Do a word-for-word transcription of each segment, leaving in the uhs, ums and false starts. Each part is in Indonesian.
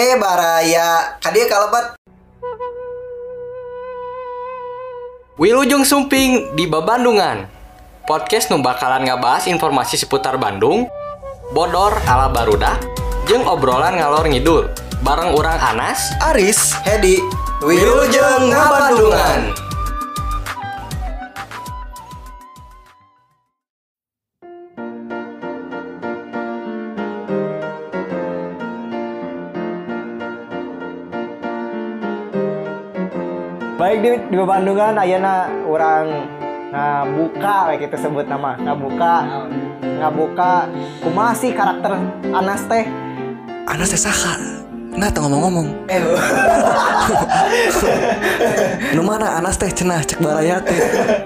Oke, baraya kadieu kalebat. Wilujeng Sumping di Babandungan. Podcast nu bakalan ngabahas informasi seputar Bandung, bodor ala barudak, jeung obrolan ngalor ngidul. Bareng urang Anas, Aris, Hedi, Wilujeng Ngabandungan. Baik di, di Bandungan ayeuna urang ngabuka kayak kita sebut nama ngabuka ngabuka kumaha sih karakter Anas teh. Anas teh saha? Nah teu ngomong-ngomong. Eh. Nu mana Anas teh cenah cek baraya teh.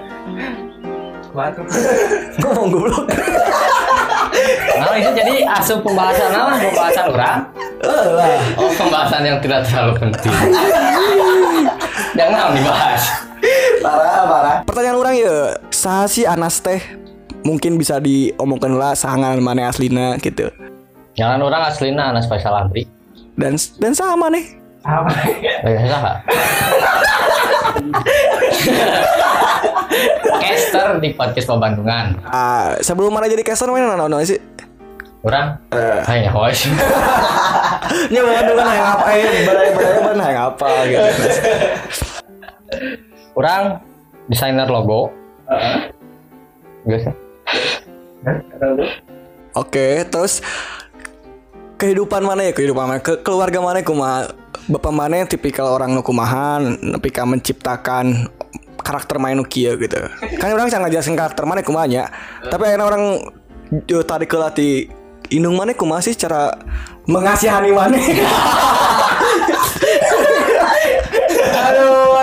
Batu. Ngomong goblok. Nah itu jadi asup pembahasan apa? Pembahasan orang? Oh pembahasan yang tidak terlalu penting. Jangan dibahas. Parah, parah. Pertanyaan orang ya, saha sih Anas teh? Mungkin bisa diomongkeun lah sahangan maneh aslina gitu. Jangan orang aslina Anas Faisal Amri. Dan dan saha maneh? Apa? Eh saha? Caster di podcast Babandungan. Ah, sebelum mana jadi caster mana naon sih? Orang hanya host. Nya Babandungan hayang apa? Eh, badai-badai ban hayang apa gitu. Orang desainer logo. Biasa. Oke, terus kehidupan mana ya kehidupan mana ke keluarga mana kumaha bapak mana tipikal orang nu kumahan nepi ka menciptakan karakter main nu kieu gitu. Kan orang can ngajelasin karakter mana kumaha nya. Tapi ayeuna orang yo tadi kelati indung mana kumaha sih cara mengasihani mana. Aduh.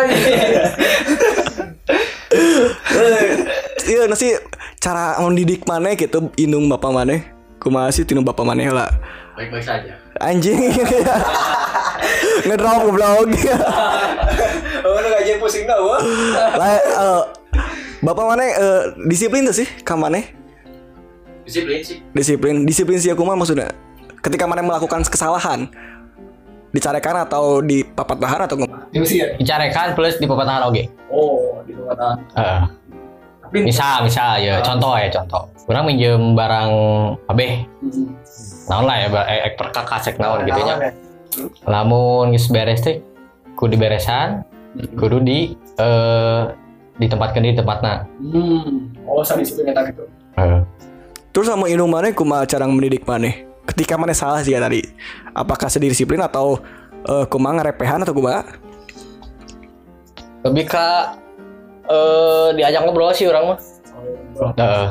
Iya nasi cara mendidik mana gitu indung bapak mana kumaha sih tinu bapak mana lah. Baik-baik saja. Anjing. Ngedrop goblok. Oh, nu gajian pusing dah, wah. Lah eh, bapak mana eh, disiplin tuh sih ka mana? Disiplin sih. Disiplin, disiplin sih aku mah maksudnya. Ketika mana melakukan kesalahan dicarekan atau dipapatahan atau ngomong? Dicarekan plus di pepatahan oge. Oh, di pepatahan. Heeh. Misal, misal ya, contoh ya, contoh. Orang minjem barang abeh. Naon lah ya, ek perka kasek naon gitu nya. Lamun geus beres teh kudu diberesan, kudu di eh ditempatkeun di tempatna. Hmm. Oh, sadisiplin eta gitu. Heeh. Terus sama indung mana kumaha cara mendidik mana? Ketika mana salah sih ya tadi? Apakah sedisiplin atau uh, kumaha ngarepehan atau kumaha? Lebih ke eh diajak ngobrol sih orang mah. Heeh.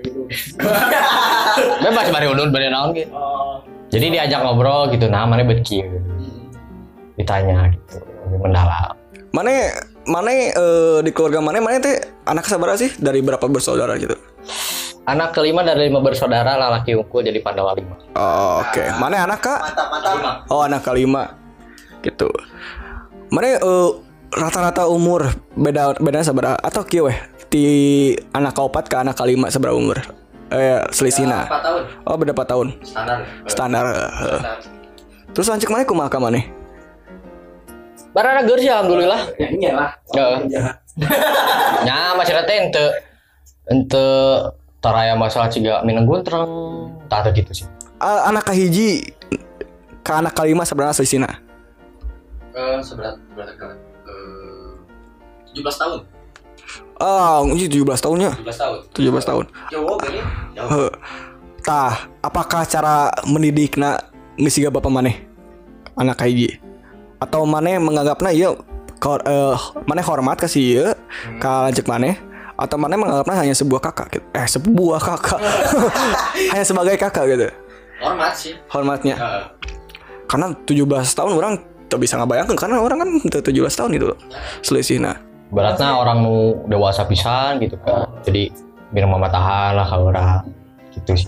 Bebas bari ulun bari naon gitu. Jadi diajak ngobrol gitu, nah mana bet kieu. Ditanya gitu, lebih mendalam. Mana mana uh, di keluarga mana mana teh anak sabaraha sih dari berapa bersaudara gitu? Anak kelima dari lima bersaudara, laki unggul jadi Pandawa lima. Oh, oke. Okay. Mana anak kak? Mantap, mantap. Oh, anak kelima. Gitu. Mana uh, rata-rata umur beda bedanya sabaraha atau kieu weh? Ti anak kaopat ke anak kelima sabaraha umur? Eh, selisihna. empat tahun. Oh, beda empat tahun. Standar. Standar. Uh. Terus lanjut mana kumaha ka maneh? Barana geur sih alhamdulillah. Ya iyalah. Heeh. Nya masyarakat teh henteu henteu taraya masalah ciga minang guntrang tah gitu sih. Uh, anak kahiji ke anak kelima sebenarnya selisihna. Eh seberat seberat kali. Eh tujuh belas tahun. Ah, ini tujuh belas tahunnya. tujuh belas tahun. tujuh belas tahun. Jauh kali. Jauh. Heuh. Tah, apakah cara mendidikna geus siga bapak maneh? Anak kahiji. Atau maneh menganggapna ieu uh, maneh hormat ka si ieu ka lanceuk maneh? Atau mana menganggapnya hanya sebuah kakak gitu. Eh sebuah kakak hanya sebagai kakak gitu. Hormat sih. Hormatnya Heeh. karena tujuh belas tahun orang tak bisa ngabayangkan karena orang kan tujuh belas tahun itu selisihna. Beratnya orang nu dewasa pisan gitu kan. Jadi biar mama tahan lah kalau orang gitu sih.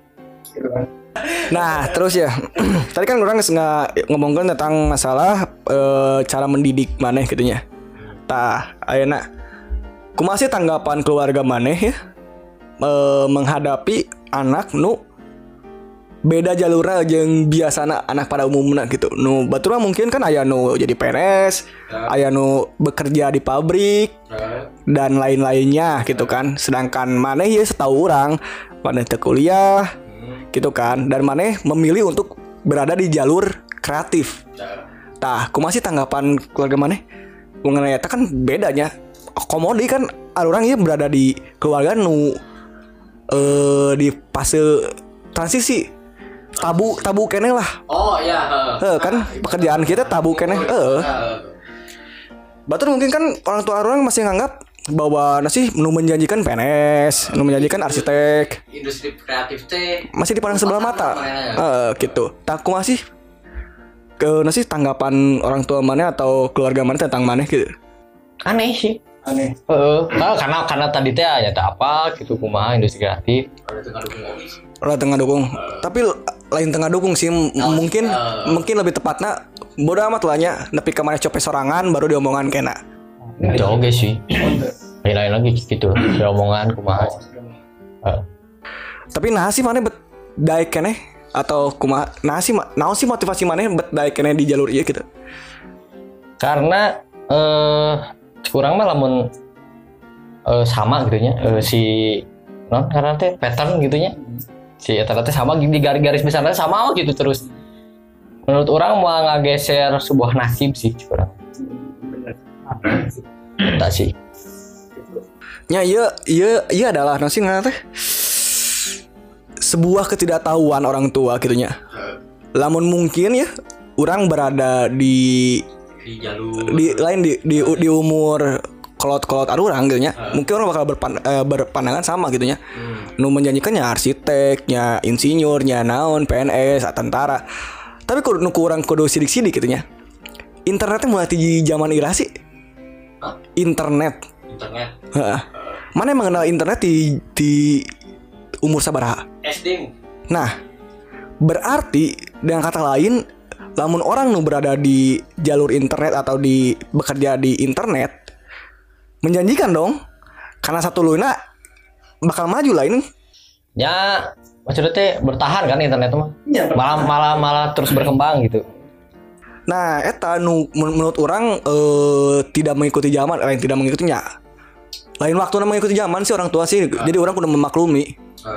Nah terus ya tadi kan orang nggak ngomongin tentang masalah e, cara mendidik maneh gitunya. Tah ayeuna kumaha sih tanggapan keluarga maneh ya e, menghadapi anak nu beda jalurnya jeung biasana anak pada umumna gitu. Nu baturna mungkin kan aya nu jadi P N S, aya nu bekerja di pabrik dan lain-lainnya gitu kan. Sedangkan maneh ya setahu orang maneh teu kuliah gitu kan, dan maneh memilih untuk berada di jalur kreatif. Tah, kumaha sih tanggapan keluarga maneh mengenai eta kan bedanya. Komodi kan orang ieu berada di keluarga nu eh di fase transisi. Tabu tabu keneh lah. Oh iya, Heeh kan pekerjaan kita tabu keneh. Heeh. Batur mungkin kan orang tua orang masih nganggap bahwa nasi nu menjanjikan P N S, nu menjanjikan arsitek, industri kreatif teh masih dipandang sebelah mata. Heeh gitu. Tak masih ke nasi tanggapan orang tua mana atau keluarga mana tentang mana gitu. Aneh sih. Aneh. Heeh, nah, karena karena tadi teh nyata apa gitu kumaha industri kreatif. Orang tengah dukung. Tapi lain tengah dukung sih M- mungkin mungkin lebih tepatnya bodo amat lah nya nepi ka maneh cope sorangan baru diomongan kena. Itu oke sih. Lain-lain lagi gitu loh. Omongan kumaha. Heeh. Tapi nah sih maneh bet daek keneh atau kumaha nah sih naon sih motivasi maneh bet daek keneh di jalur ieu gitu. Karena eh kurang mah lamun eh, sama gitu nya eh, si non karena teh pattern gitu nya. Si eta teh sama di garis-garis besarnya sama gitu terus. Menurut orang mau ngageser sebuah nasib sih kurang. Tak sih. Ya iya iya iya adalah nasi ngaranna teh sebuah ketidaktahuan orang tua gitu nya. Lamun mungkin ya orang berada di di jalur di lain di di, di umur kolot-kolot arurang gitu nya. Mungkin orang bakal berpan, eh, berpandangan sama gitu nya. Hmm. Nu menjanjikannya arsiteknya, insinyurnya, naon, P N S, tentara. Tapi kudu nu kurang kudu sidik-sidik gitu nya. Internetnya mulai di zaman ira sih. Hah? Internet. internet Heeh. Mana yang mengenal internet di di umur sabaraha? S D. Nah, berarti dengan kata lain, lamun orang nu berada di jalur internet atau di bekerja di internet menjanjikan dong, karena satu luna bakal maju lah ini. Ya maksudnya teh bertahan kan internet mah. Malah malah malah terus berkembang gitu. Nah, eta nu menurut orang eh, tidak mengikuti zaman, lain tidak mengikutinya. Lain waktu mengikuti zaman sih orang tua sih. Jadi orang kudu memaklumi.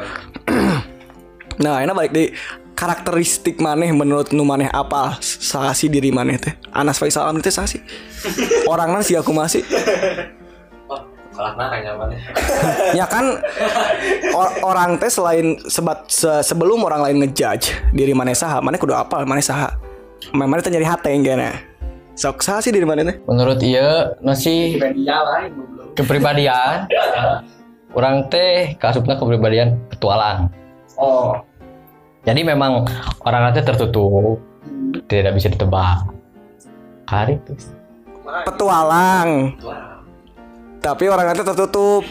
Nah, ini balik di karakteristik maneh menurut nu maneh apa saha sih diri maneh teh? Anas Faisal Amri teh saha sih? Orangna sih aku masih. Salahna kayaknya mana? Ya kan or- orang teh selain sebat se- sebelum orang lain ngejudge diri maneh saha, maneh kudu apal maneh saha. Maneh teh nyari hate enggeuna. Sok saha sih diri maneh teh? Menurut ieu nasi kepribadian orang teh kasupna kepribadian petualang. Oh. Jadi memang orang nanti tertutup, tidak bisa ditebak. Hari itu. Petualang. Tapi orang nanti tertutup.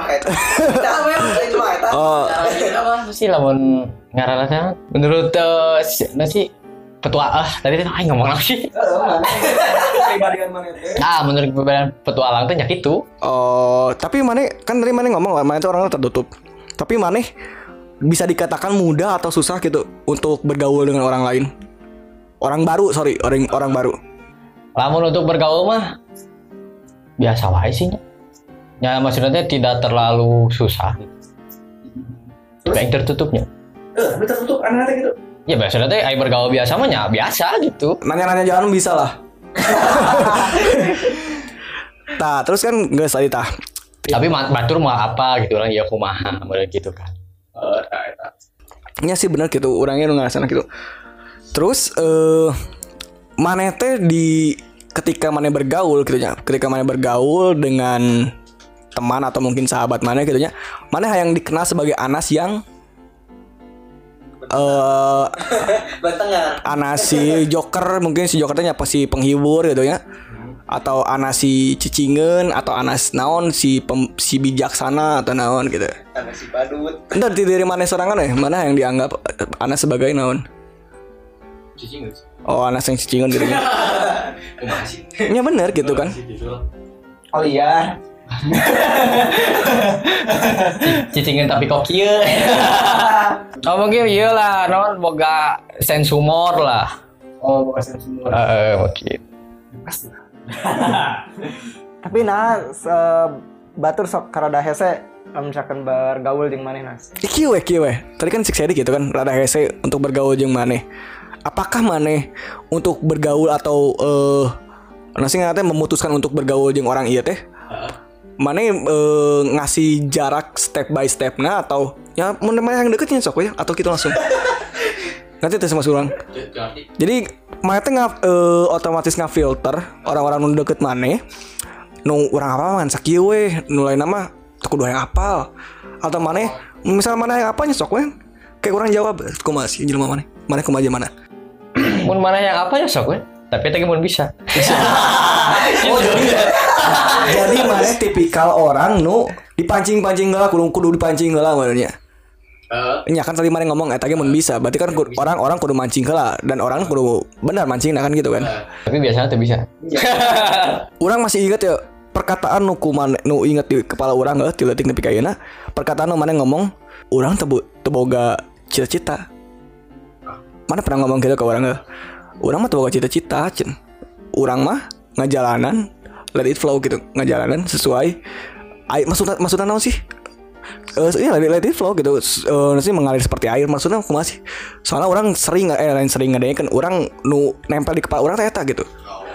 Oh, Sih lamun ngaranna teh menurut uh, si, nasi petua ah tadi teh aing ngomong lagi. Kepribadian mana teh? Ah, menurut kepribadian petualang teh nya kitu. oh, tapi maneh kan dari maneh ngomong maneh itu orangnya tertutup. Tapi maneh bisa dikatakan mudah atau susah gitu untuk bergaul dengan orang lain. Orang baru, sorry, orang orang baru. Lamun untuk bergaul mah biasa wae sih. Ya maksudnya tidak terlalu susah. Kayak tertutupnya. Eh, tertutup aneh gitu. Ya biasanya teh ai bergaul biasa mah nya biasa gitu. Nanya-nanya jangan bisa lah. Tah, terus kan geus tadi tah. Tapi batur mau apa gitu orang ya kumaha model gitu kan. Nya sih bener gitu, orangnya nu ngarasana gitu. Terus eh maneh teh di ketika maneh bergaul gitu nya, ketika maneh bergaul dengan teman atau mungkin sahabat maneh gitu nya, maneh yang dikenal sebagai Anas yang eh Batengar. Anas si Joker, mungkin si Joker teh nya si penghibur gitu ya. Atau Anas si cicingeun atau Anas naon si pem, si bijaksana atau naon gitu. Anas si badut. Entar dari mana sorangan ya? Mana yang dianggap Anas sebagai naon? Cicing. Oh, Anas yang cicingeun dirinya. Kumaha sih? Ya bener gitu kan. Oh iya. Cicingin tapi kok kieu. Oh mungkin iya lah, non boga sense humor lah. Oh, bukan sense humor. Eh, mungkin. Tapi nah se- batur sok karada hese misalkan bergaul jeung maneh Nas. Iki we, iki we. Tadi kan sik gitu kan, rada hese untuk bergaul jeung maneh. Apakah maneh untuk bergaul atau eh nasi ngateh memutuskan untuk bergaul jeung orang ieu teh? Maneh eh, ngasih jarak step by stepnya atau ya mun maneh yang deketnya sok ya atau gitu langsung. Nanti teh sama surang. Jadi maneh teh nga- eh, otomatis ngafilter orang-orang nu deket maneh. Nu urang apa man sakieu we, nu lain nama teu kudu yang apal. Atau maneh misal maneh yang apanya sok we. Kayak urang jawab kumaha sih jelema maneh. Maneh kumaha mana? Mun mana yang apa ya sok we? Tapi tadi mun bisa. Oh, jadi, jadi maneh tipikal orang nu dipancing-pancing heula kudu kudu dipancing heula maksudnya. Uh, Nya kan tadi maneh ngomong eta ge mun bisa, berarti kan kudu- orang-orang kudu mancing heula dan orang kudu benar mancing kan gitu kan. Tapi biasanya tuh bisa. Urang masih ingat ya perkataan nu kuman nu inget di kepala urang heuh ti leutik nepi ka ayeuna. Perkataan nu maneh ngomong, urang teu teu boga cita-cita. Mana pernah ngomong gitu ke urang heuh. Urang mah teu boga cita-cita, cen. Urang mah ngajalanan, let it flow gitu, ngajalanan sesuai air maksudna maksudna naon sih? Eh uh, iya let it flow gitu. Eh uh, mengalir seperti air maksudnya kumaha sih? Soalnya orang sering eh lain sering ngadeunkeun urang nu nempel di kepala urang teh eta gitu.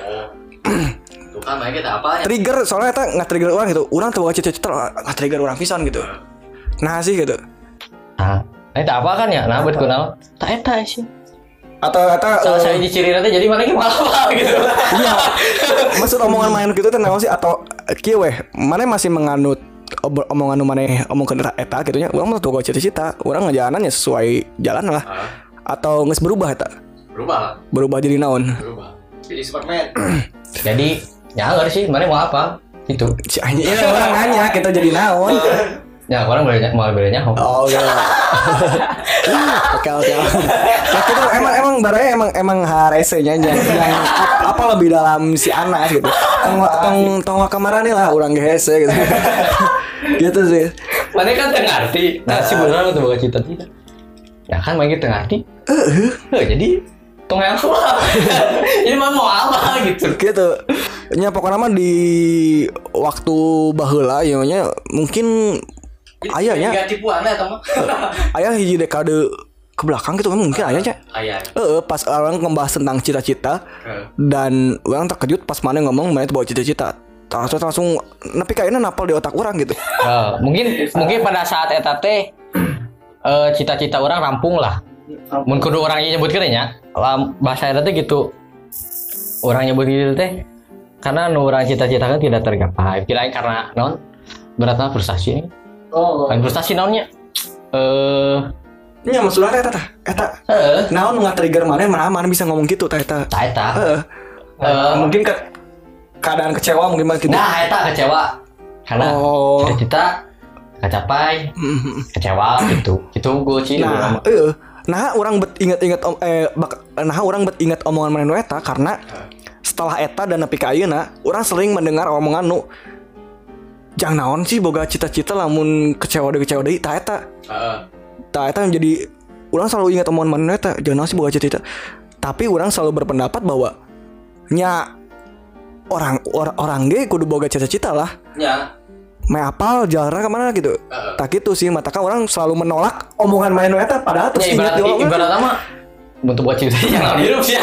Tuh kan mereka kita apa ya? Trigger soalnya eta nge-trigger orang gitu. Urang teu boga cita-cita nge-trigger urang pisan gitu. Nah sih gitu. Nah, eta apa kan ya? Nah, buat kunal. Tak eta sih. Atau eta Salah uh, saya ciri nanti jadi mana gimana gitu. iya. Maksud omongan main gitu teh naon sih atau kieu weh, maneh masih menganut ob- omongan nu maneh omongkeun eta gitu nya. Urang mah teu boga cita-cita, urang ngajalanannya sesuai jalan lah. Atau geus berubah eta? Berubah lah. Berubah jadi naon? Berubah. Jadi Superman. Jadi nyawer sih, mana mau apa? Gitu. Si anjing ya orang nanya kita jadi naon. Ya, orang boleh mau boleh nyaho. Oh iya. Oke oke. Ya gitu emang emang baraya emang emang harese-nya yang, yang ap- apa lebih dalam si Anas gitu. Tong tong tong kamarane lah urang ge hese gitu. Gitu sih. Mana kan teu ngarti. Nah, si beneran tuh boga cita-cita. Ya kan mana teu ngarti. Heeh. Jadi tong yang apa? Ini mah mau apa gitu. Gitu. Nya pokoknya mah di waktu baheula ya nya mungkin aya nya Ganti puana atau mah? aya hiji dekade ke belakang gitu kan mungkin aya nya. Ayah. Heeh, pas orang ngebahas tentang cita-cita dan orang terkejut pas mana ngomong mana itu bawa cita-cita. Langsung langsung nepi ka ayeuna napal di otak orang gitu. Uh, mungkin mungkin pada saat eta teh uh, cita-cita orang rampung lah. Mun kudu orang nyebutkeun nya, bahasa eta teh gitu. Orang nyebut gitu teh karena nu urang cita-citakan tidak tergapai. Kirain karena non beratna frustasi. Oh. Lain frustasi naonnya? Eh, Nya maksudna eta tah, eta. heeh, Naon nu nge-trigger mana mana mana bisa ngomong gitu tah eta. tah eta. Heeh. Eh, Mungkin ke keadaan kecewa mungkin mah gitu. Nah, eta kecewa. Karena Oh. cita-cita kacapai, Mhm. kecewa gitu. Itu gue sih. Nah, heeh. Nah, orang bet inget-inget om, eh bak, nah orang bet inget omongan mana nu eta karena setelah eta dan nepi ka ayeuna, orang sering mendengar omongan nu jang naon sih boga cita-cita lamun kecewa deui kecewa deui tah eta. Heeh. Tah eta yang jadi orang selalu ingat omongan mana nu eta jang naon sih boga cita-cita. Tapi orang selalu berpendapat bahwa nya orang orang orang ge kudu boga cita-cita lah. Ya. Mae apal jalan kemana gitu. Heeh. Tak gitu sih, mata kan orang selalu menolak omongan main eta padahal terus Ya ingat ibarat di omongan. ibarat sama bentuk buat cerita yang hidup sih.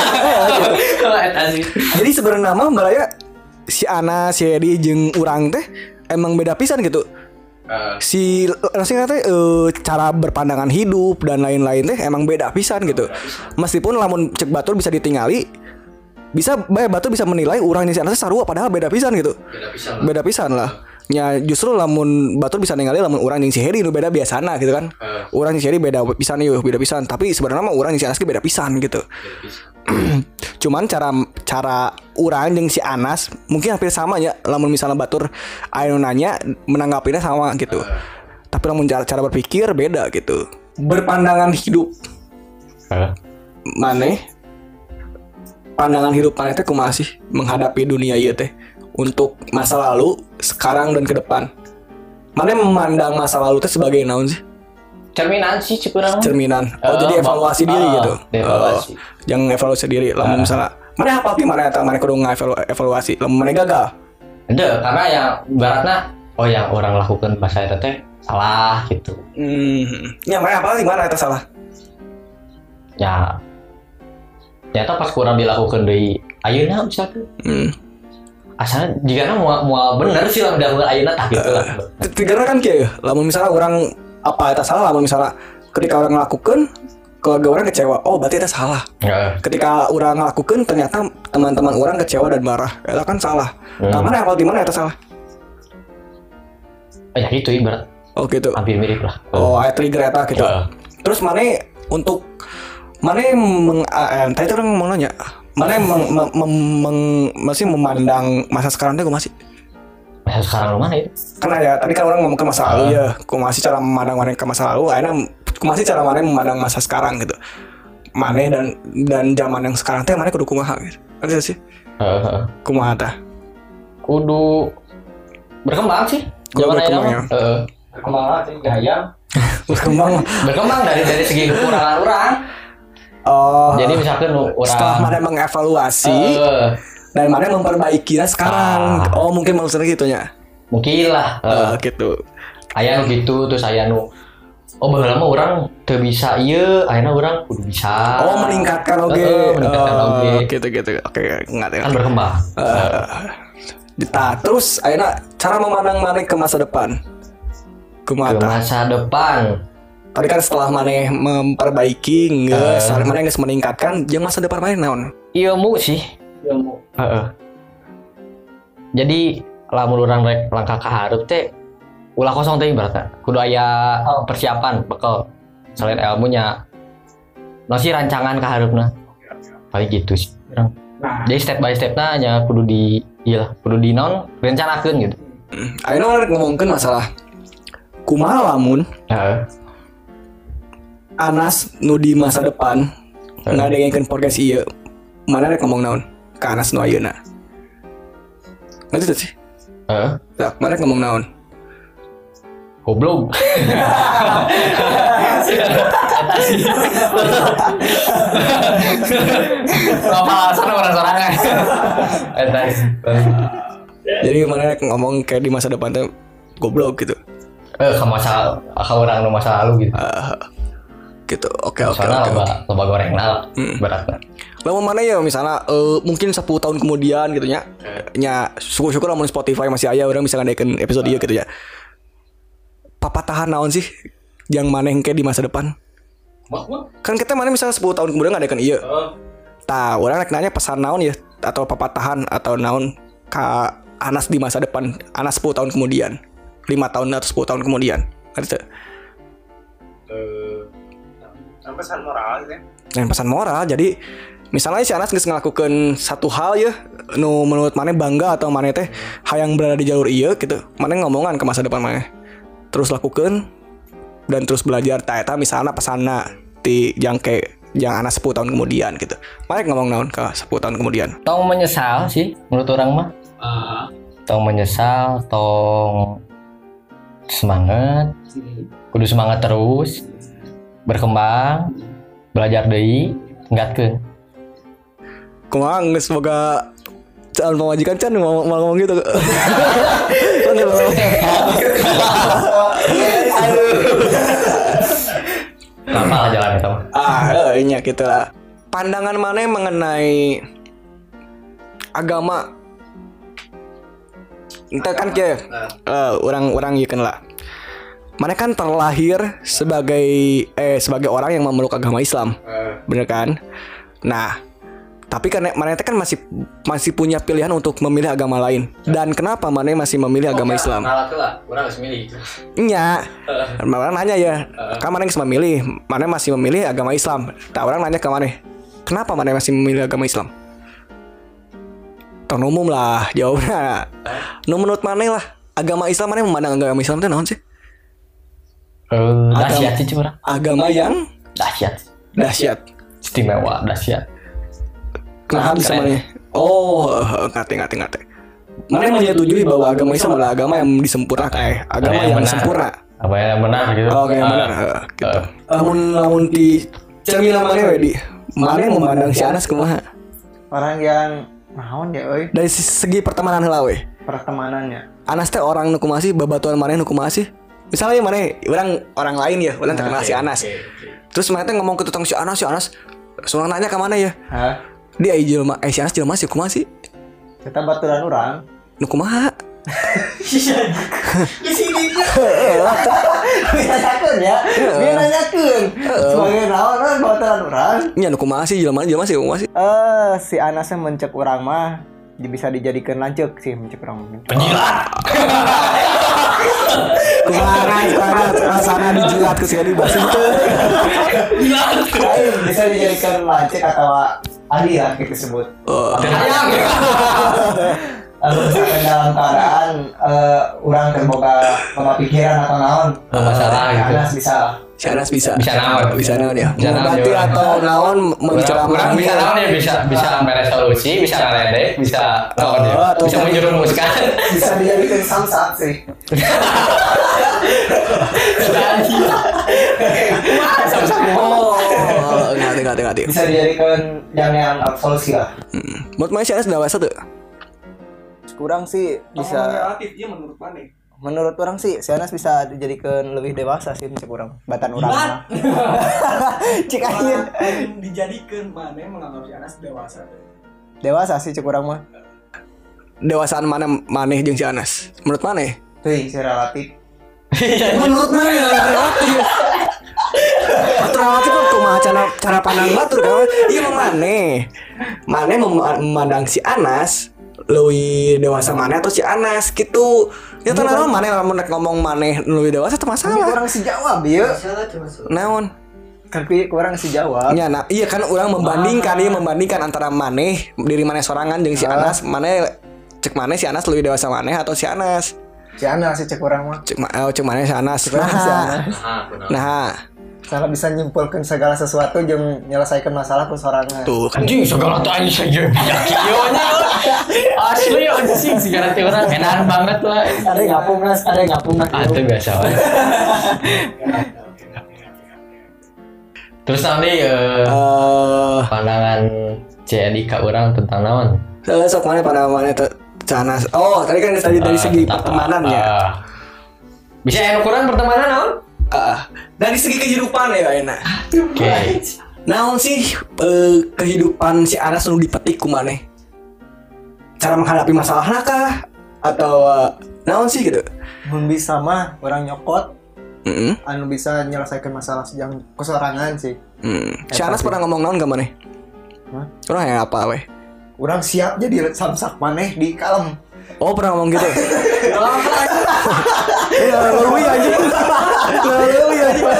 Eta sih. Jadi sebenarnya mah baraya si Ana, si Edi jeung urang teh emang beda pisan gitu. Heeh. Si rasanya teh eh, cara berpandangan hidup dan lain-lain teh emang beda pisan gitu. Meskipun lamun cek batur bisa ditingali bisa bae batur bisa menilai urang jeung si Ana teh sarua padahal beda pisan gitu. Beda pisan lah. Beda pisan lah. Ya justru lamun batur bisa ningali lamun urang jeung si Hedi nu beda biasana gitu kan. Heeh. Urang jeung si Hedi beda pisan yeuh, beda pisan. Tapi sebenarnya mah urang jeung si Anas ge beda pisan gitu. Beda pisan. Cuman cara cara urang jeung si Anas mungkin hampir sama ya lamun misalnya batur aya nu nanya menanggapinya sama gitu. Tapi lamun cara, cara berpikir beda gitu. Berpandangan hidup Heeh. maneh pandangan hidup maneh teh kumaha sih menghadapi dunia ieu teh. untuk masa lalu, sekarang dan ke depan. Mana memandang masa lalu itu sebagai naon sih? Cerminan sih cikurang. Cerminan. Oh, Eh, jadi evaluasi bak- diri ah, gitu. evaluasi. Oh, jangan evaluasi diri. Lamun misalnya mana apa sih mana eta mana kudu evaluasi. Lamun mana gagal. Ede, karena yang baratna oh yang orang lakukan bahasa eta teh salah gitu. Hmm. Ya mana apa sih mana eta salah? Ya ternyata pas kurang dilakukan dari ayeuna misalkan. Hmm. Asalnya jika mau mau bener sih lah dilakukan ayeuna tah gitu lah. Karena kan kayak lamun misalnya orang apa eta salah, lamun misalnya ketika orang ngelakukan keluarga orang kecewa, oh berarti itu salah. Heeh. Ketika orang ngelakukan ternyata teman-teman orang kecewa dan marah, itu kan salah. Hmm. Nah, mana apa di mana itu salah? Ya gitu ibarat Oh gitu. hampir mirip lah. Oh, ada trigger eta gitu. Heeh. Terus mana untuk mana meng eh, tadi orang mau nanya, mana meng, meng, meng- meng- masih memandang masa sekarang tuh masih Masa sekarang lu mana itu? karena ya tadi kan orang ngomong ke masa lalu ya, aku masih cara memandang mana ke masa lalu, akhirnya aku masih cara mana memandang masa sekarang gitu. Mana dan dan zaman yang sekarang teh mana kudu kumaha gitu. Ada sih Heeh. kumaha tah. Kudu berkembang sih. Kudu Zaman berkembang, ayeuna. ya. Heeh. Berkembang lah sih gaya. Berkembang. Berkembang dari dari segi kekurangan orang. Oh. Jadi misalkan orang setelah mana mengevaluasi eh, dan mana memperbaikinya sekarang. Ah. Oh, mungkin maksudnya gitu nya. mungkin lah. Eh, Eh, gitu. aya nu gitu terus aya nu oh baheula mah urang teu bisa ieu, ayeuna urang kudu bisa. Oh, meningkatkan oke. Heeh, meningkatkan Oh, oge. gitu gitu. Oke, ngerti. Kan berkembang. Nah, terus ayeuna cara memandang mana ke masa depan. Kumaha Ke tah? masa depan. Tadi kan setelah mana memperbaiki, geus, Eh. mana geus meningkatkan, jeung masa depan mana naon? Ilmu sih. Ilmu. Heeh. Jadi lamun urang rek langkah ka hareup teh ulah kosong teh ibaratna. Kudu aya persiapan bekal selain ilmunya. No sih rancangan ka hareupna. Paling gitu sih. Urang. Nah, Jadi step by stepna nya kudu di ieu lah, kudu di non rencanakeun gitu. Ayeuna rek ngomongkeun masalah kumaha lamun Heeh. Anas nu di masa depan ngadengkeun podcast ieu. Mana rek ngomong naon? Ka Anas nu ayeuna. Ngerti tuh sih? Heeh. Nah, mana rek ngomong naon? Goblok. Apa alasan orang sorangan? Eta. Jadi mana rek ngomong kayak di masa depan tuh goblok gitu. Eh, ke masa ke orang nu masa lalu gitu. Ah, gitu. Oke oke Soalnya oke. loba oke. loba goreng lah Hmm. beratnya. Lamun mana ya misalnya eh, mungkin sepuluh tahun kemudian gitu nya. Nya syukur-syukur lamun Spotify masih aya orang bisa ngadeukeun episode ieu gitu ya. Papatahan naon sih yang mana yang kayak di masa depan? Kan kita mana misalnya sepuluh tahun kemudian ngadeukeun ieu. Tah, orang rek nanya pesan naon ya atau papatahan atau naon ka Anas di masa depan, Anas sepuluh tahun kemudian, lima tahun atau sepuluh tahun kemudian. Ngerti teu? eh pesan moral gitu ya. Dan pesan moral, jadi misalnya si Anas geus ngelakukan satu hal ya nu menurut mana bangga atau mana teh hayang berada di jalur ieu gitu, mana ngomongan ke masa depan mana terus lakukan dan terus belajar ta eta misalnya pesanna ti yang kayak yang Anas sepuluh tahun kemudian gitu, mana ngomong naon ke sepuluh tahun kemudian. Tong menyesal sih menurut orang mah. Ah, Tong menyesal, tong semangat, kudu semangat terus, berkembang, belajar deui, nggatkeun. Kumaha geus boga calon pemajikan can mau mau ngomong gitu. Kenapa lah jalan itu? Ah, eh, nya gitu lah. Pandangan mana mengenai agama? Entah kan ke orang-orang ieu lah. Mana kan terlahir sebagai eh sebagai orang yang memeluk agama Islam. eh, Bener kan? Nah, tapi kan mana kan masih masih punya pilihan untuk memilih agama lain. Dan kenapa mana masih memilih agama Islam? Nah, lah, orang harus milih gitu. Nya, orang nanya ya, kan mana yang memilih, mana masih memilih agama Islam. Tak orang nanya ke mana, kenapa mana masih memilih agama Islam? Tahun umum lah jawabnya. Nu menurut mana lah, agama Islam mana memandang agama Islam itu naon sih? Eh, Agama- dahsyat sih cuma. Agama yang Dahsyat. dahsyat. Istimewa, dahsyat. Kenapa Keren. bisa mana? Oh, ngerti ngerti ngerti. Mana menyetujui bahwa agama Islam adalah agama yang disempurnakan, eh, agama Yang yang benar. sempurna. Apa yang benar gitu. Oh, oke, yang Ah, benar. eh, gitu. ah. Lamun lamun di cerminan mana we di? Mana memandang si Anas kumaha? Orang yang naon ya euy Dari segi pertemanan heula we. pertemanannya. Anas teh orang nu kumaha sih, babatuan mana nu kumaha sih? Misalnya mana orang orang lain ya, orang terkenal si Anas. Terus mana teh ngomong ke tukang si Anas, si Anas langsung nanya ke mana ya? Hah? Dia ai jelema, eh si Anas jelema sih kumaha sih? Kita baturan orang. Nu kumaha? Nanyakeun ya. Dia nanyakeun. Sebagai naon kan baturan orang. Nya nu kumaha sih jelema jelema sih kumaha sih? Eh si Anasnya mencek orang mah bisa dijadikan lanceuk sih mencek orang. Penjilat. Kumaha kumaha rasana dijilat ku si Adi basi teh. Lain bisa dijadikan lancek atau ahli lah kita sebut. Oh. Lalu misalkan dalam keadaan eh, orang terboga sama pikiran atau naon Masalah eh, gitu. Anas bisa. Si Anas bisa. Bisa naon. Bisa naon ya. Bisa naon Mengobati juga. atau naon Kurang menceramah. bisa naon ya, bisa bisa meresolusi, bisa ngeledek, bisa naon ya. Oh, atau- Bisa menjerumuskan. Bisa dijadikan samsat sih. Oh, ngerti ngerti ngerti. Bisa dijadikan yang yang absolusi lah. Hmm. Menurut mana si Anas dewasa tuh? Kurang sih bisa. relatif, iya menurut mana? Menurut orang sih, si Anas bisa dijadikan lebih dewasa sih cek orang. Batan orang mah. Cik ayeun. Dijadikan mana menganggap si Anas dewasa tuh? Dewasa sih cek orang mah. Dewasaan mana maneh jeung si Anas? Menurut maneh? Tuh, si relatif. Menurut maneh relatif. Batur relatif kan kumaha cara cara pandang batur kan? Iya mah maneh. Maneh mem- memandang si Anas leuwih dewasa maneh atau si Anas gitu. Ya tenan maneh lamun rek ngomong maneh leuwih dewasa teu Tapi masalah. orang si jawab ya. Naon? Tapi kurang si jawab. Ya, nah, iya kan orang membandingkan, iya membandingkan antara maneh diri maneh sorangan jeung si Ah. Anas, maneh cek maneh si Anas lebih dewasa maneh atau si Anas? Si Anas sih cek orang mah. Cek ma- oh, cek maneh si Anas. Kurang si Nah, Anas. Nah, benar. nah, Salah bisa nyimpulkan segala sesuatu jeung menyelesaikan masalah ku sorangan. tuh kan. Anjing segala tuh anjing saja bijak kionya. Asli anjing segala tuh orang enak banget lah. Ada ngapung nas, ada ngapung nas. Ah, itu biasa wae. Terus nanti eh, Eh, pandangan C D ka orang tentang naon? uh, sok maneh pada maneh teh Anas. Oh, tadi kan tadi dari segi pertemanan ya. Ah. Bisa yang ukuran pertemanan naon? Ah, dari segi kehidupan ya enak. Oke. Naon sih eh, kehidupan si Anas nu dipetik ku maneh? Cara menghadapi masalahna kah? Atau eh, naon sih gitu? Mun bisa mah orang nyokot Heeh. anu bisa menyelesaikan masalah yang kesorangan sih. Hmm. Si Anas pernah ngomong naon gak maneh? Hah? Orang yang apa weh? Orang siap jadi samsak maneh di kalem. Oh pernah ngomong gitu? Lalu ya aja. Lalu ya aja.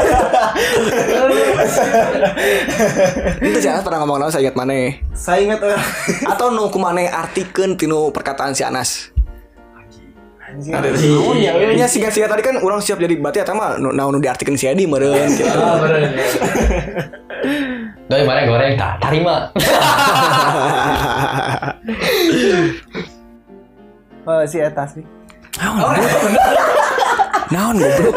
Itu si Anas pernah ngomong naon saya ingat maneh? Saya ingat orang. Atau nu kumaneh artikeun tinu perkataan si Anas? Anjing. Oh iya, nya siga-siga tadi kan orang siap jadi berarti eta mah nu naon nu diartikeun si Edi meureun gitu. Ah, bener. Doi mana goreng tak tarima. Oh, si eta sih. Naon goblok?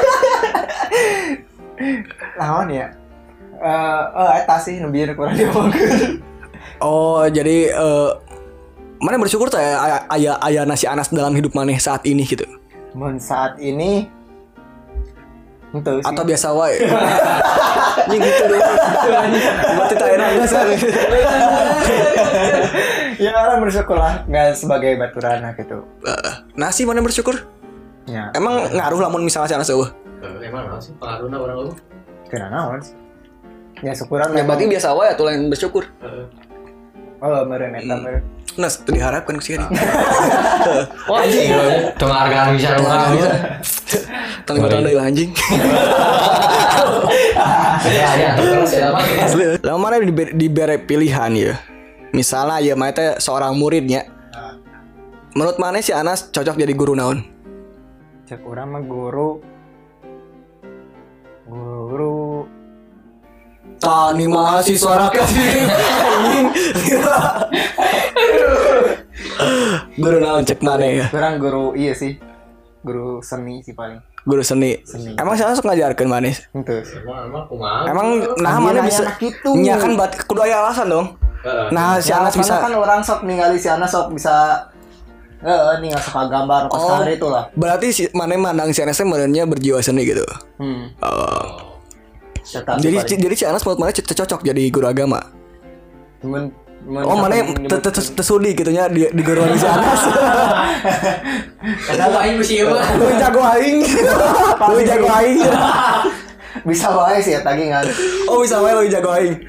Naon ya? Eh, oh eta sih nu bieu kurang diomongkeun. Oh, jadi eh mana bersyukur tuh ya ayah ayah nasi Anas dalam hidup maneh saat ini gitu. Mun saat ini Itu sih. Atau biasa wae. Anjing gitu dong. Berarti tak enak enggak sih? Ya orang bersyukur lah nggak sebagai baturan gitu. Nasi mana bersyukur? Ya. Emang ngaruh lamun misalnya si Anas eueuh. Eh, emang naon sih pengaruhna orang lu? Kena naon sih. Ya syukuran Ya berarti biasa wae atuh lain bersyukur. Oh meureun eta meureun. Nah, itu diharapkan sih kan. Wah, anjing. Penghargaan bisa rumah gitu. Tanggung-tanggung deui anjing. Ya, ya, terus ya apa? Asli. Lamun mana dibere, dibere pilihan ya. Misalnya ya mana teh seorang muridnya. Menurut mana si Anas cocok jadi guru naon? Cek urang mah guru guru Tani mahasiswa rakyat anjing. Guru naon cek mana ya? Orang guru iya sih. Guru seni sih paling. Guru seni. Seni. Emang saya suka ngajarkeun manis. Itu. Emang emang kumaha? Emang nah Kan mana dia bisa nanya gitu. nya kan buat kudu aya alasan dong. Heeh. Nah, si Ya, Anas bisa kan orang sok ningali si Anas sok bisa eh nih nggak suka gambar pas Oh. hari itu lah. berarti si mana mandang si Anas teh merenya berjiwa seni gitu. Hmm. Oh. Tetap Jadi paling. jadi si Anas menurut mana cocok jadi guru agama. Cuman cuman Oh, mana nyebut- te- te- te- tesudi gitu nya di di guruan si Anas. Karena aing mesti ieu mah. Lu jago aing. Lu jago aing. bisa wae sih ya tadi kan. Oh, bisa wae lu jago aing.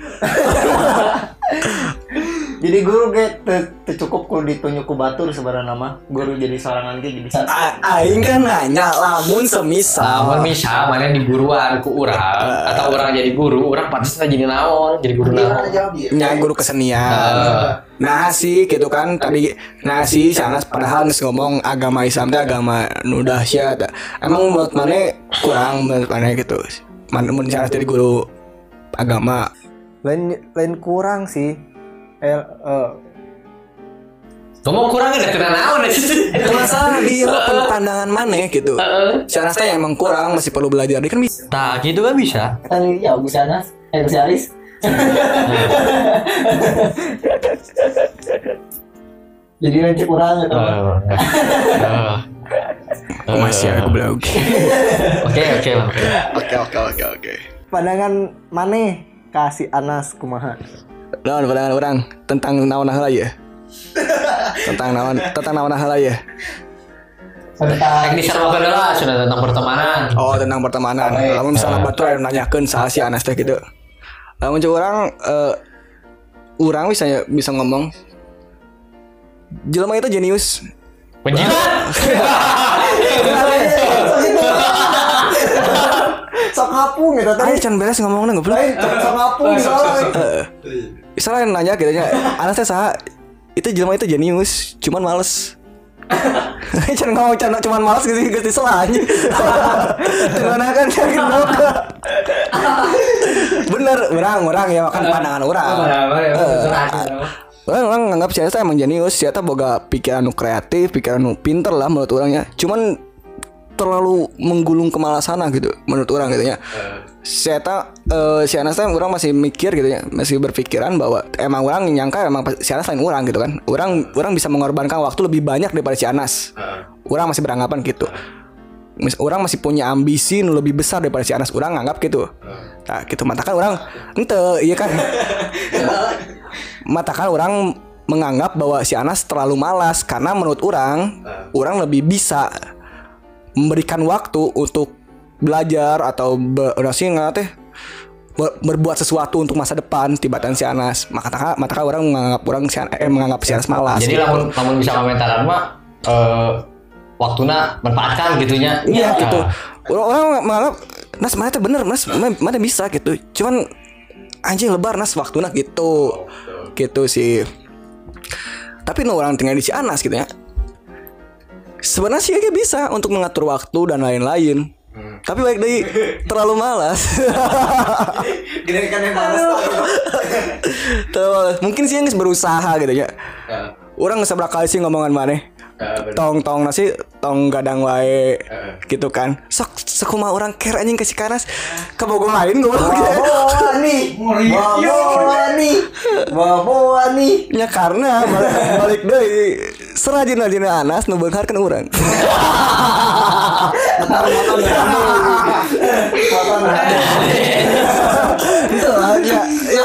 Jadi guru ge teu teu cukup ku ditunjuk ku batur sebenarnya mah. Guru jadi sorangan ge jadi A- Aing kan nanya lamun semisal. Lamun misal mana di guruan ku urang atau orang jadi guru, orang pantas jadi naon, jadi guru naon. Nya guru kesenian. Nah sih gitu kan tadi nah sih si Anas padahal geus ngomong agama Islam teh agama nu dahsyat. Emang menurut mana kurang menurut mana gitu. Mana mun si Anas jadi guru agama. lain lain kurang sih. Eh, eh Ngomong kurang ada kena naon sih. Masalah dia pandangan mana gitu. Si Anas teh emang kurang masih perlu belajar. Dia kan bisa. Nah, gitu kan bisa. Tadi ya Bu Sanas, eh Bu Saris. jadi nanti kurang gitu. Aku masih aku bilang oke. Oke, oke lah. Oke oke oke oke. Pandangan maneh kasih Anas kumaha? Naon pandangan orang tentang naon heula ya? Tentang naon tentang naon heula ya? Tentang Teknis serba lah sudah tentang pertemanan. Oh, tentang pertemanan. Lamun misalnya batur aya nanyakeun saha si Anas teh gitu. Lamun ceu urang eh urang bisa bisa ngomong jelema itu jenius. Penjilat. Sok ngapung gitu tadi. Ayo can beres ngomongna goblok. Lain sok ngapung soalnya. Heeh. Misalnya nanya gitu nya, Anas teh saha? Itu jelema itu jenius, cuman males. Can ngomong can cuman males gitu gitu salah anjing. Gimana kan yakin boga. Bener, orang orang ya makan pandangan orang. Orang orang nganggap si Eta emang jenius, si Eta boga pikiran nu kreatif, pikiran nu pinter lah menurut orangnya. Cuman terlalu menggulung ke malah sana gitu menurut orang gitu ya. Si Eta uh, si Anas teh orang masih mikir gitu ya, masih berpikiran bahwa emang orang nyangka emang si Anas lain orang gitu kan. Orang orang bisa mengorbankan waktu lebih banyak daripada si Anas. Orang masih beranggapan gitu. Mis- Orang masih punya ambisi nu lebih besar daripada si Anas. Orang nganggap gitu. Nah, gitu matakan orang ente iya kan. Matakan orang menganggap bahwa si Anas terlalu malas karena menurut orang orang lebih bisa memberikan waktu untuk belajar atau berasi teh ber, berbuat sesuatu untuk masa depan tibatan si Anas. Maka maka orang menganggap orang si Anas, eh, menganggap si Anas malas. Jadi gitu. lamun lamun bisa komentaran mah eh waktuna manfaatkan gitunya. Iya gitu. Orang, orang menganggap Nas mana teh bener Nas mana, mana bisa gitu. Cuman anjing lebar Nas waktunya gitu. Gitu sih. Tapi no orang tinggal di si Anas gitu ya. Sebenarnya sih dia bisa untuk mengatur waktu dan lain-lain. Hmm. Tapi baik dari terlalu malas. Gini kan yang malas. Terlalu malas. Mungkin sih yang berusaha gitu ya. Orang nggak seberapa kali sih ngomongan mana. Tong tong nasi tong gadang wae gitu kan. Sok sekuma orang care anjing kasih kanas kebogong lain gue Bawa nih. Bawa nih. Bawa nih. ya karena balik, balik deui serajin rajin Anas nu beungharkeun urang. Bentar potong ya. Potong ya. Itu aja. Ya.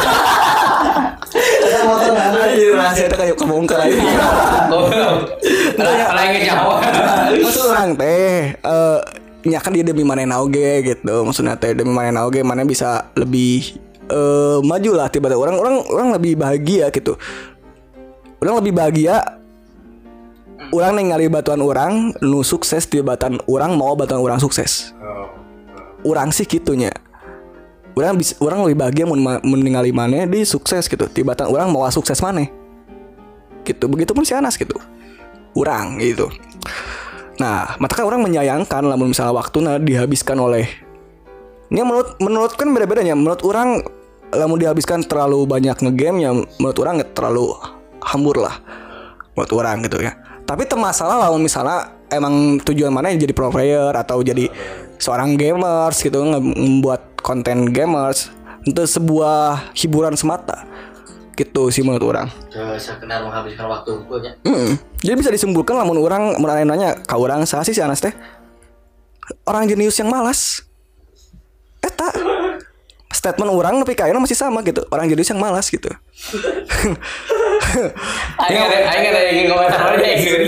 Kita potong ya. Anjir rahasia eta kayak kebongkar aja. Kalau yang ngejawab. Maksud orang teh eh nya kan dia demi mana oge gitu. Maksudnya teh demi mana oge mana bisa lebih eh maju lah tiba-tiba orang orang orang lebih bahagia gitu. Orang lebih bahagia orang ningali batuan orang nu sukses tibatan orang mau batuan orang sukses. Orang sih gitunya. Orang bisa orang lebih bahagia mun ningali maneh di sukses gitu. Tibatan orang mau sukses maneh. Gitu. Begitupun si Anas gitu. Orang gitu. Nah, maka kan orang menyayangkan lamun misalnya waktunya dihabiskan oleh ini menurut menurut kan beda-bedanya. Menurut orang lamun dihabiskan terlalu banyak ngegame ya menurut orang terlalu hambur lah. buat orang gitu ya. Tapi termasalah lawan misalnya emang tujuan mana jadi pro player atau jadi seorang gamers gitu, membuat konten gamers untuk sebuah hiburan semata gitu sih menurut orang. Sekedar menghabiskan waktu unggulnya. Mm. Jadi bisa disimpulkan lamun orang mun aya nanya ka urang saha sih si Anas teh? Orang jenius yang malas. Eta statement orang tapi kayaknya masih sama gitu. Orang jenius yang malas gitu. Aing ada aing ada yang komentar aja gitu.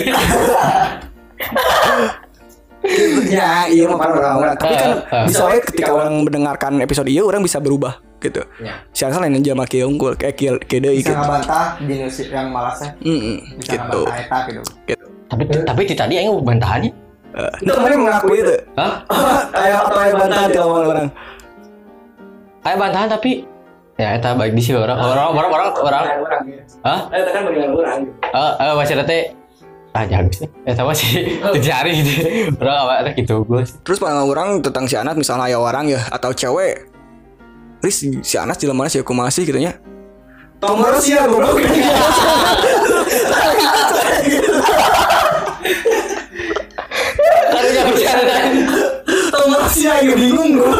Ya, iya mah orang. Tapi kan bisa we ketika orang mendengarkan episode ieu orang bisa berubah gitu. Ya. Si Anas lain aja make unggul kayak kieu kieu deui Bisa gitu. ngabantah jenius yang malasnya. Heeh, Bisa gitu. ngabantah eta gitu. Gitu. Tapi tapi ti tadi aing bantahannya. Itu kemarin mengakui itu. Hah? Kayak apa yang bantahan di omongan orang. Kayak bantahan tapi ya eta baik di sih orang orang orang orang orang. Hah? Eta kan bagian orang. Eh eh masih ada teh ah jago sih. Eta masih dicari gitu. Orang apa teh gitu gue. Terus pandangan orang tentang si Anas misalnya aya orang ya atau cewek. Riz si Anas jelema sih aku masih gitu nya. Tomor sih ya goblok. Kan udah bicara tadi. Tomor sih ya bingung gue.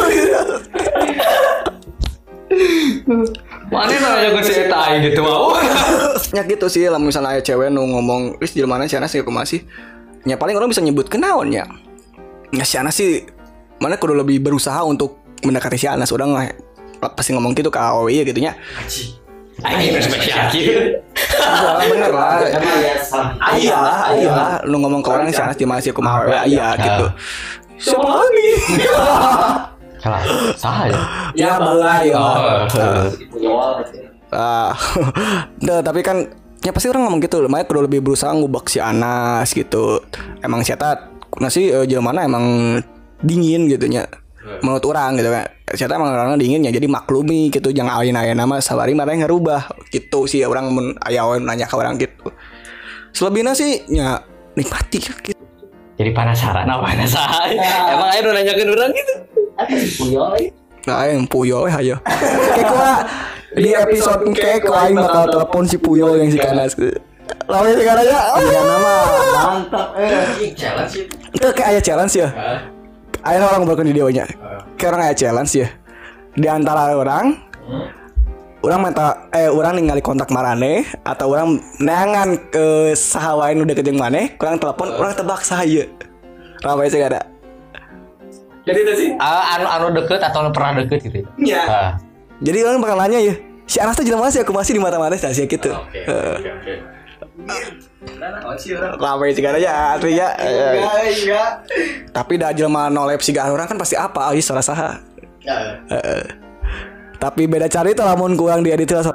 Mana nanya ke si eta aing gitu mau. Ya gitu sih lah misalnya aya cewek nu ngomong Riz jelema si Anas sih aku masih. Ya paling orang bisa nyebut kenaon ya. Ya si Anas sih mana kudu lebih berusaha untuk mendekati si Anas. Udah nggak pasti ngomong gitu ke A O I gitu nya. Aing spesial gitu. Bener lah. Iya lah, iya lah. Lu ngomong ke orang si Anas di masih aku mau ya, iya gitu. Siapa lagi? Salah, salah ya. Ya balah ya. Oh. Ah, nah, tapi kan ya pasti orang ngomong gitu. Makanya kudu lebih berusaha ngubek si Anas gitu. Emang siapa nasi uh, mana emang dingin gitu nya. Menurut orang gitu kan. Siapa emang orangnya dingin ya jadi maklumi gitu. Jangan ayin-ayin nama sabari mana yang ngerubah gitu sih orang men aya nanya ke orang gitu. Selebihnya sih ya nikmati gitu. Jadi penasaran apa penasaran? Emang ayo nanyakeun urang gitu. Puyol. Nah, yang Puyol ya ayo. Kayak gua di episode kayak gua aing bakal telepon si Puyol yang si Kanas. Lawannya si Kanas ya. Iya nama mantap eh. Challenge sih. Itu kayak aya challenge ya. Aya orang ngobrolkeun di videonya. Kayak orang aya challenge ya. Di antara orang orang minta eh orang ningali kontak marane atau orang neangan ke saha wae nu deket jeung maneh, kurang telepon, orang tebak saha ieu. Ramai sih ada. Jadi itu sih. Ah, anu anu deket atau pernah deket gitu. Iya. Ah. Jadi orang bakal nanya ya, si Anas tuh jelema sih aku masih di mata-mata sih gitu. Oke. Oke. Oke. Nah, sih orang. Ramai sih ya, asli ya. Iya. Tapi dah jelema nolep siga orang kan pasti apa, euy salah saha. Ya. Heeh. Tapi beda cerita lamun kurang diedit lah.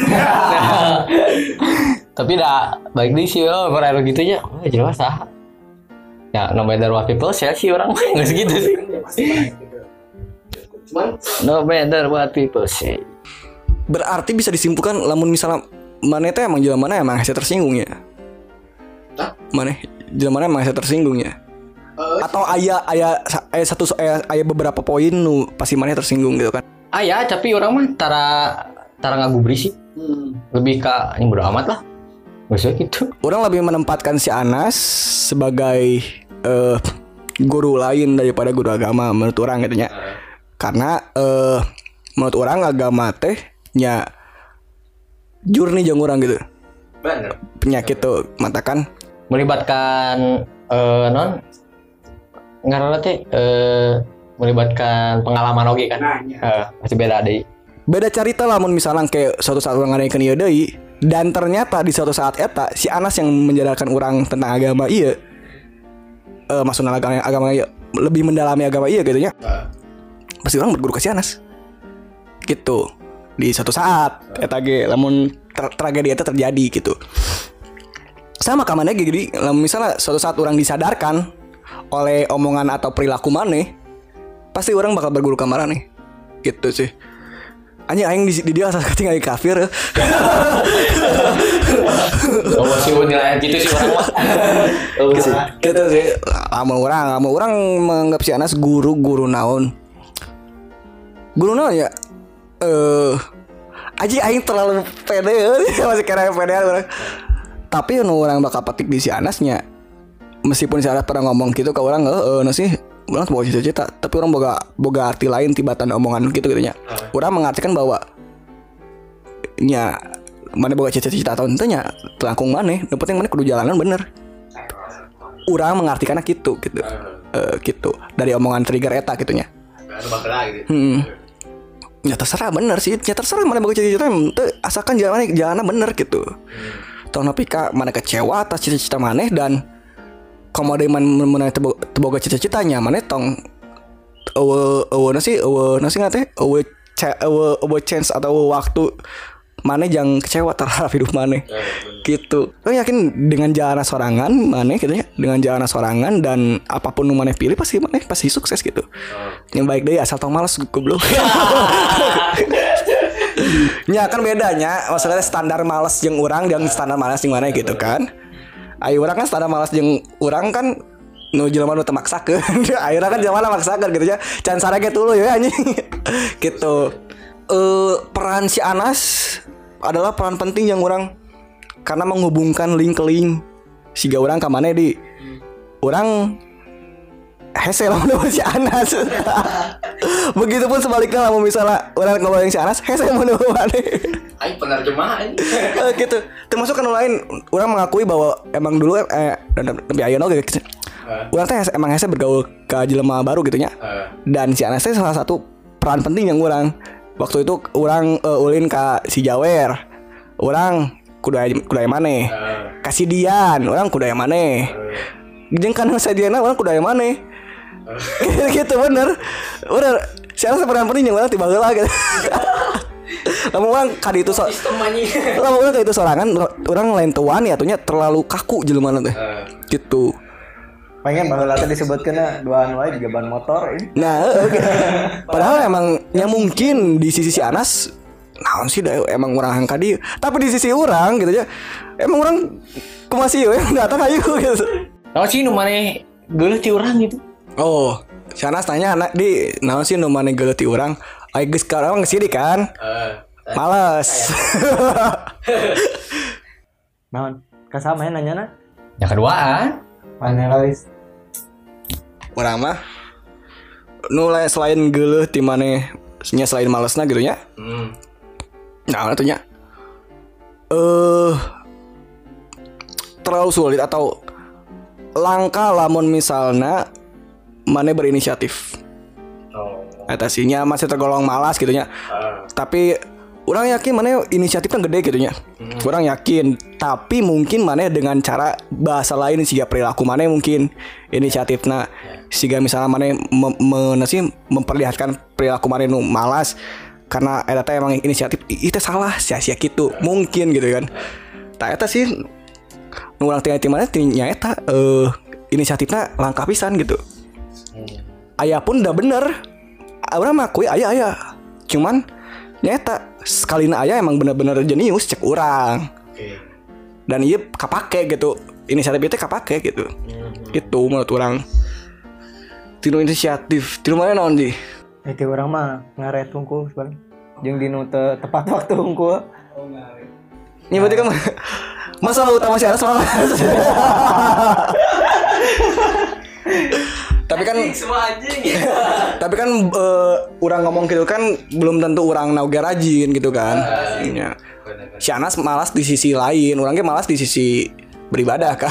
Tapi dah baik di sih oh, kalau gitu nya. Oh, jelas sah. Ya, no matter what people say sih orang enggak segitu sih. Cuman No matter what people say. Berarti bisa disimpulkan lamun misalnya mana teh emang jelema mana emang saya tersinggung ya. Hah? Mana jelema mana emang saya tersinggung ya. uh, Atau aya aya aya satu aya, aya beberapa poin nu pasti mana tersinggung gitu kan. Ah ya, tapi orang mah tara tara ngagubri sih. hmm. Lebih ke yang bodo amat lah. Maksudnya gitu. Orang lebih menempatkan si Anas sebagai uh, guru lain daripada guru agama menurut orang gitu nya. Karena uh, menurut orang agama teh nya jurni jeung urang gitu. Bener. Penyakit tuh matakan Melibatkan eh non ngaranna teh eh melibatkan pengalaman oge kan. Nah, iya. Eh, masih beda deh. beda cerita lamun misalnya kayak suatu saat orang ngadain ieu deui dan ternyata di suatu saat eta si Anas yang menjelaskan orang tentang agama iya eh maksudna agama agama ieu lebih mendalami agama iya gitu nya. Pasti orang berguru ke si Anas. Gitu. Di suatu saat eta ge lamun tra- tragedi eta terjadi gitu. Sama kamane ge jadi lamun misalnya suatu saat orang disadarkan oleh omongan atau perilaku maneh pasti orang bakal berguru ke maneh. Gitu sih. Anjing aing di, di dia asal kating aing kafir. Oh masih nilai gitu sih orang mah. Oh sih. Gitu sih. Lamun orang, lamun orang menganggap si Anas guru-guru naon. Guru naon ya? Eh uh, Aji aing terlalu pede masih kira pede orang. tapi nu orang bakal petik di si Anasnya, meskipun si Anas pernah ngomong gitu ke orang, eh nah sih orang boga cita-cita, tapi orang boga boga arti lain tibatan omongan gitu gitunya. Orang mengartikan bahwa nya mana boga cita-cita atau entenya telangkung mana, yang penting mana kudu jalanan bener. Orang mengartikannya gitu gitu, uh, gitu dari omongan trigger eta gitunya. Hmm. Ya terserah bener sih, ya terserah mana boga cita-cita, asalkan jalan jalannya bener gitu. Tong nepi ka mana kecewa atas cita-cita maneh dan komode man mana teboga cita-citanya maneh tong eueuh eueuh nasi eueuh nasi ngate eueuh eueuh eueuh chance atau waktu maneh jang kecewa terhadap hidup maneh gitu. Lo yakin dengan jalan sorangan maneh gitu ya, dengan jalan sorangan dan apapun nu maneh pilih pasti maneh pasti sukses gitu. Yang baik deh asal tong males goblok. Ya kan bedanya maksudnya standar malas jeung urang jeung standar malas jeung mana gitu kan. Ayo urang kan standar malas jeung urang kan nu jelema nu teu maksakeun. Ayeuna kan jelema maksakeun gitu ya. Can sarege tuluy ya anjing. Gitu. Eh peran si Anas adalah peran penting yang urang karena menghubungkan link ke link siga urang ka maneh di urang hese lah mau si Anas. Begitupun sebaliknya lah mau misalnya orang ngomongin si Anas hese mau mana. Aing penerjemah ini. Gitu. Termasuk kan lain orang mengakui bahwa emang dulu eh dan lebih ayeuna gitu. Orang teh emang hese bergaul ke jelema baru gitu nya. Dan si Anas teh salah satu peran penting yang orang waktu itu orang uh, ulin ka si Jawer. Orang kudu kudu aya maneh. Kasih Dian, orang kudu aya maneh. Jeung kana sadiana orang kudu aya maneh. Gitu bener bener siapa seperan penting yang mana tiba heula gitu. Lamun orang kadi itu so lamun orang kadi itu sorangan orang lain tuan ya atunya terlalu kaku jelema teh gitu. Pengen baheula teh disebutkeun duaan wae juga ban motor ini. Nah okay. Padahal emang ya mungkin di sisi si Anas naon sih da emang urang hangka dieu tapi di sisi urang gitu ya emang urang kumasih we datang ayu gitu. Naon sih nu maneh geuleuh ti urang gitu. Oh, si Anas tanya anak di naon sih nu maneh geuleuh ti urang? Ai geus ka urang geus kan? Heeh. Males. Naon? Ka samanya nanyana? Yang keduaan, Panelis. Urang mah nu selain geuleuh ti maneh nya selain malesna gitu nya. Hmm. Nah, atunya. Eh terlalu sulit atau langka lamun misalna mana berinisiatif. Oh. Atasinya masih tergolong malas gitunya. Uh. Tapi orang yakin mana inisiatifnya gede gitunya. Hmm. Orang yakin, tapi mungkin mana dengan cara bahasa lain siga perilaku mana mungkin inisiatifnya siga misalnya mana mem- mem- memperlihatkan perilaku mana nu malas karena eta teh emang inisiatif itu salah sia-sia gitu. Mungkin gitu kan. Tak eta sih nu urang teh mana nya eta eh inisiatifnya langkah pisan gitu. Hmm. Ayah pun udah bener, orang mengakui ayah ayah. Cuman nyata sekalina ayah emang bener-bener jenius cek orang. Okay. Dan iya kapake gitu, inisiatif itu kapake gitu. Mm-hmm. Gitu menurut orang. Tino inisiatif, tino mana naon di? Itu orang mah ngaret hungkul sebenarnya. Jeung dinu te, tepat waktu hungkul. Oh ngaret. Ini berarti kan masalah utama sih ada soal. Tapi kan semua anjing ya. Tapi kan uh, orang ngomong gitu kan belum tentu orang nauge rajin gitu kan. Uh, iya. Si Anas malas di sisi lain, orangnya malas di sisi beribadah kan.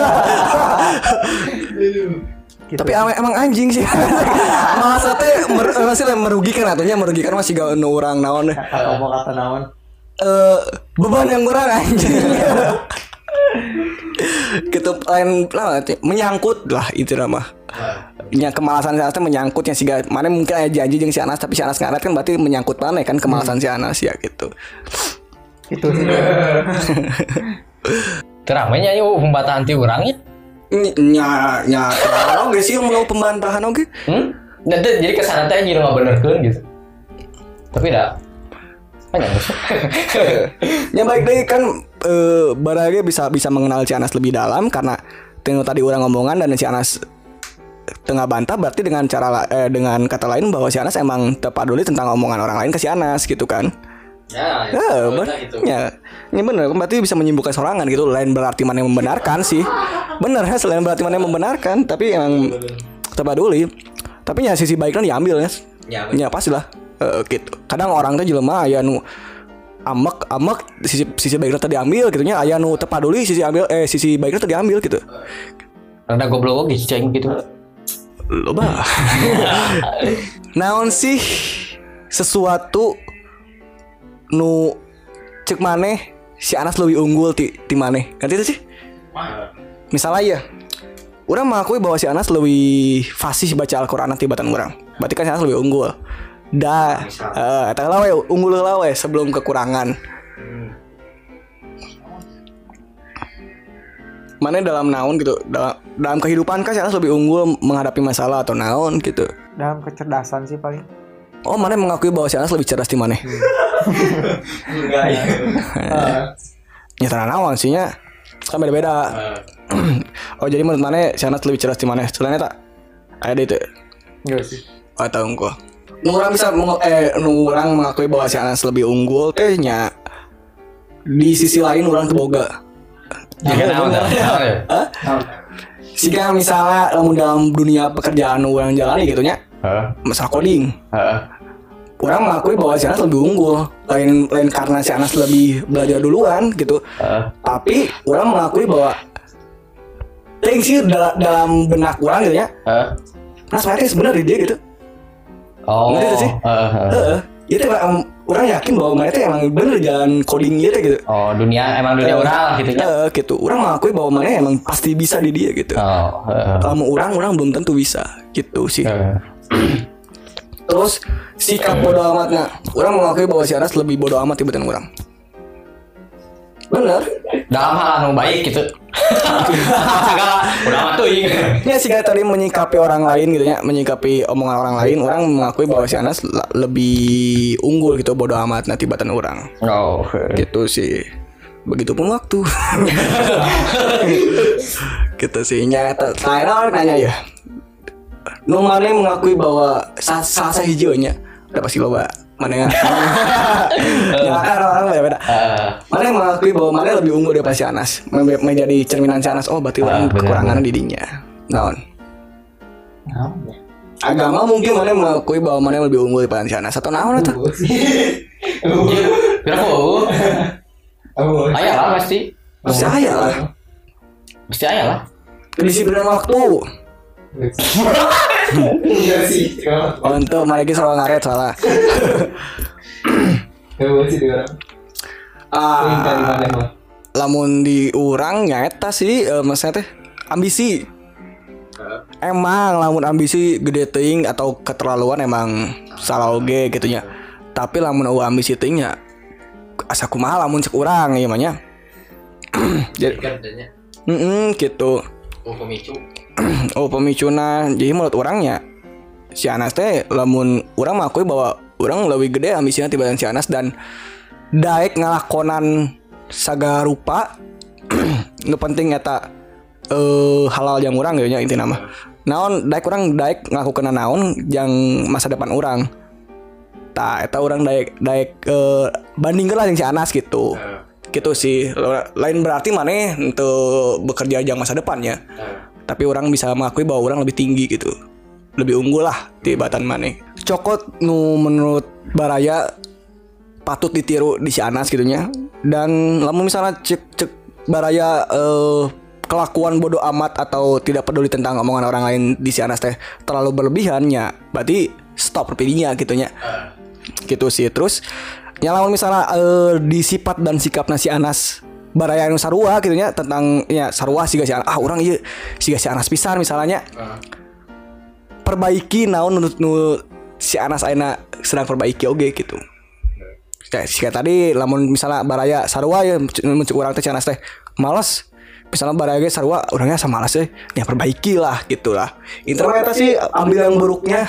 Gitu. Tapi emang, emang anjing sih. Malas teh mer- masih merugikan atunya merugikan masih gak nu urang naon deh. Kata omong kata naon. Eh beban yang kurang anjing. Gitu lain lah menyangkut lah itu nama. Yang kemalasan si Anas menyangkutnya sih mana mungkin aja janji jeung si Anas tapi si Anas ngaret kan berarti menyangkut mana kan kemalasan hmm. si Anas ya gitu. Itu sih. Teramanya yuk pembantahan ti urang ya. Nya nya terang oge sih mau pembantahan oge. Hmm? Nanti jadi kesana teh jadi mah benerkeun gitu. Tapi dah panjang bos. Ya baik deh kan eh barangnya bisa bisa mengenal si Anas lebih dalam karena tengok tadi orang ngomongan dan si Anas tengah bantah berarti dengan cara eh, dengan kata lain bahwa si Anas emang terpaduli tentang omongan orang lain ke si Anas gitu kan. Ya, Ya, bener. Ya, ini bener. Berarti bisa menyimpulkan sorangan gitu. Lain berarti mana yang membenarkan sih. Bener ya, selain berarti mana yang membenarkan. Tapi yang terpaduli. Tapi ya sisi baiknya diambil ya. Ya, Ya pastilah. Uh, gitu. Kadang orang teh jelema aya nu amek amek sisi sisi baiknya teh diambil gitu nya. Aya nu terpaduli sisi ambil eh sisi baiknya teh diambil gitu. Karena goblok gitu ceng gitu. Loba. Naon sih sesuatu nu cek maneh si Anas lebih unggul ti ti maneh. Kan itu sih? Misalnya ya, urang mengakui bahwa si Anas lebih fasih baca Al-Qur'an tibatan urang. Berarti kan si Anas lebih unggul. Dah, heeh, eta heula we unggul heula we sebelum kekurangan. Mana dalam naon gitu, dalam, dalam kehidupan kan si Anas lebih unggul menghadapi masalah atau naon gitu. Dalam kecerdasan sih paling. Oh, mana mengakui bahwa si Anas lebih cerdas di maneh. enggak ya. Ya tanah naon sih nya. Kan beda-beda. Oh, jadi menurut mana si Anas lebih cerdas di maneh? Selain eta? Ada itu. Enggak sih. Oh, tahu engko. Nu urang bisa meng- eh nu urang mengakui bahwa si Anas lebih unggul teh nya di sisi lain urang teu boga. Ya naon naon ya. Hah? Siga misalnya lamun dalam dunia pekerjaan nu urang jalani gitu nya. Heeh. Masalah coding. Heeh. Orang mengakui bahwa si Anas lebih unggul. Lain lain karena si Anas lebih belajar duluan gitu. Heeh. Tapi orang mengakui bahwa ting sih dalam, dalam benak orang gitu ya. Heeh. Nah sebenarnya sebenarnya dia gitu. Oh. Ngerti gak sih? Heeh. Heeh. Itu um, orang yakin bahwa mereka emang bener jalan coding gitu gitu. Oh, dunia emang dunia orang gitu ya. Heeh, gitu. Orang mengakui bahwa mereka emang pasti bisa di dia gitu. Oh, heeh. Kalau mau orang orang belum tentu bisa gitu sih. Heeh. Terus sikap bodo amatnya, orang mengakui bahwa si Anas lebih bodo amat dibanding orang. Bener. Dalam hal anu baik gitu. Segala udah amat tuh ini. Ya sih tadi menyikapi orang lain gitu ya, menyikapi omongan orang lain, orang mengakui bahwa si Anas la- lebih unggul gitu bodo amat nanti batan orang. Oh. Gitu sih. Begitupun waktu. Gitu sih nyata. Saya orang nanya ya. Nu mana mengakui bahwa sa sa sa hijaunya udah pasti loba. Mana ya? Ya kan orang beda-beda. Mana yang mengakui bahwa mana lebih unggul daripada si Anas, Men- menjadi cerminan si Anas. Oh, berarti orang Ah, bener, kekurangannya di dinya. Naon? Agama mungkin mana yang mengakui bahwa mana yang lebih unggul daripada si Anas atau naon atau? Berapa? Ayah lah pasti. Pasti aya lah. Pasti ayah lah. Kedisiplinan waktu. Enggak sih. Untuk mereka selalu ngaret salah. Enggak sih dia orang. Ah, lamun di urang nyaeta sih eh, maksudnya teh ambisi. Emang lamun ambisi gede teuing atau keterlaluan emang salah oge gitu nya. Tapi lamun eueuh ambisi teuing nya asa kumaha lamun cek urang ieu mah nya. Jadi Kerjanya. heeh gitu. Oh, pemicu. Oh pemicuna. Jadi menurut orangnya si Anas teh lamun urang mengakui bahwa urang lebih gede ambisinya tibatan si Anas dan daek ngalakonan sagala rupa. Nu penting eta eh halal yang urang gitu nya intina mah. Naon daek urang daek ngalakukeun naon yang masa depan urang. Tah eta urang daek daek eh, bandingkeun lah jeung si Anas gitu. Gitu sih. Lain berarti maneh untuk bekerja jang masa depannya. Tapi orang bisa mengakui bahwa orang lebih tinggi gitu, lebih unggul lah di batan maneh. Cokot nu menurut Baraya patut ditiru di si Anas gitunya. Dan lamun misalnya cek cek Baraya eh, kelakuan bodoh amat atau tidak peduli tentang omongan orang lain di si Anas teh terlalu berlebihannya, berarti stop pilihnya gitunya. Gitu sih. Terus ya lamun misalnya eh, di sifat dan sikapna si Anas Baraya anu sarua gitu nya tentang ya sarua siga si Anas. Ah urang ieu siga si Anas pisan misalnya. Perbaiki naon nu, nu si Anas ayeuna sedang perbaiki oge gitu. Kayak siga tadi lamun misalnya Baraya sarua ya mun urang teh si Anas teh males. Misalnya Baraya ge sarua urangnya sama malas euy. Ya perbaiki lah gitu lah. Intinya sih ambil yang buruknya.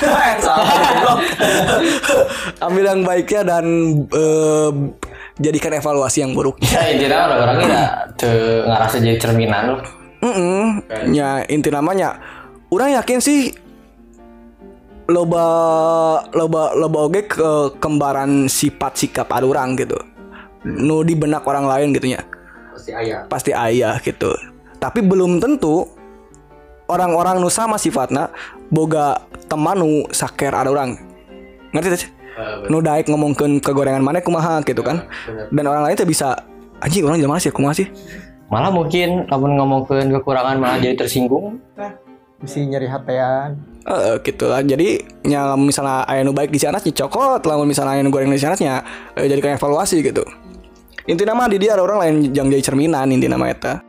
Ambil yang baiknya dan eh, jadikan evaluasi yang buruknya. Ya intinya orang-orang ini tuh ngerasa jadi cerminan loh. Mm-mm. Ya inti namanya, orang yakin sih loba loba loba oge ke kembaran sifat sikap ada orang gitu. Nu di benak orang lain gitunya. Pasti ayah. Pasti ayah gitu. Tapi belum tentu orang-orang nu sama sifatna boga teman nu saker ada orang. Ngerti teh? Uh, nu daek ngomongkeun kegorengan mana kumaha gitu kan. Uh, Dan orang lain teh bisa anjing orang jelema sih kumaha sih. Malah mungkin lamun ngomongkeun kekurangan malah jadi tersinggung. Mesti nyeri hatean. Uh, gitu lah. Jadi nya misalnya aya nu baik di sana cokot, lamun misalnya aya nu goreng di sana nya uh, jadikan evaluasi gitu. Intina mah di dia ada orang lain yang jadi cerminan intina mah eta.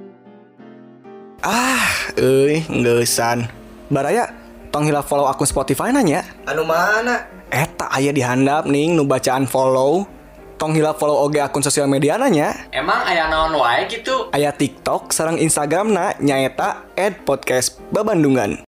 Ah, euy, ngeusan. Baraya tong hilap follow akun Spotify nanya. Anu mana? Eta aya di handap ning nu bacaan follow. Tong hilap follow oge akun sosial media nanya. Emang aya naon wae gitu? Aya TikTok sareng Instagram na nyaeta et podcast babandungan.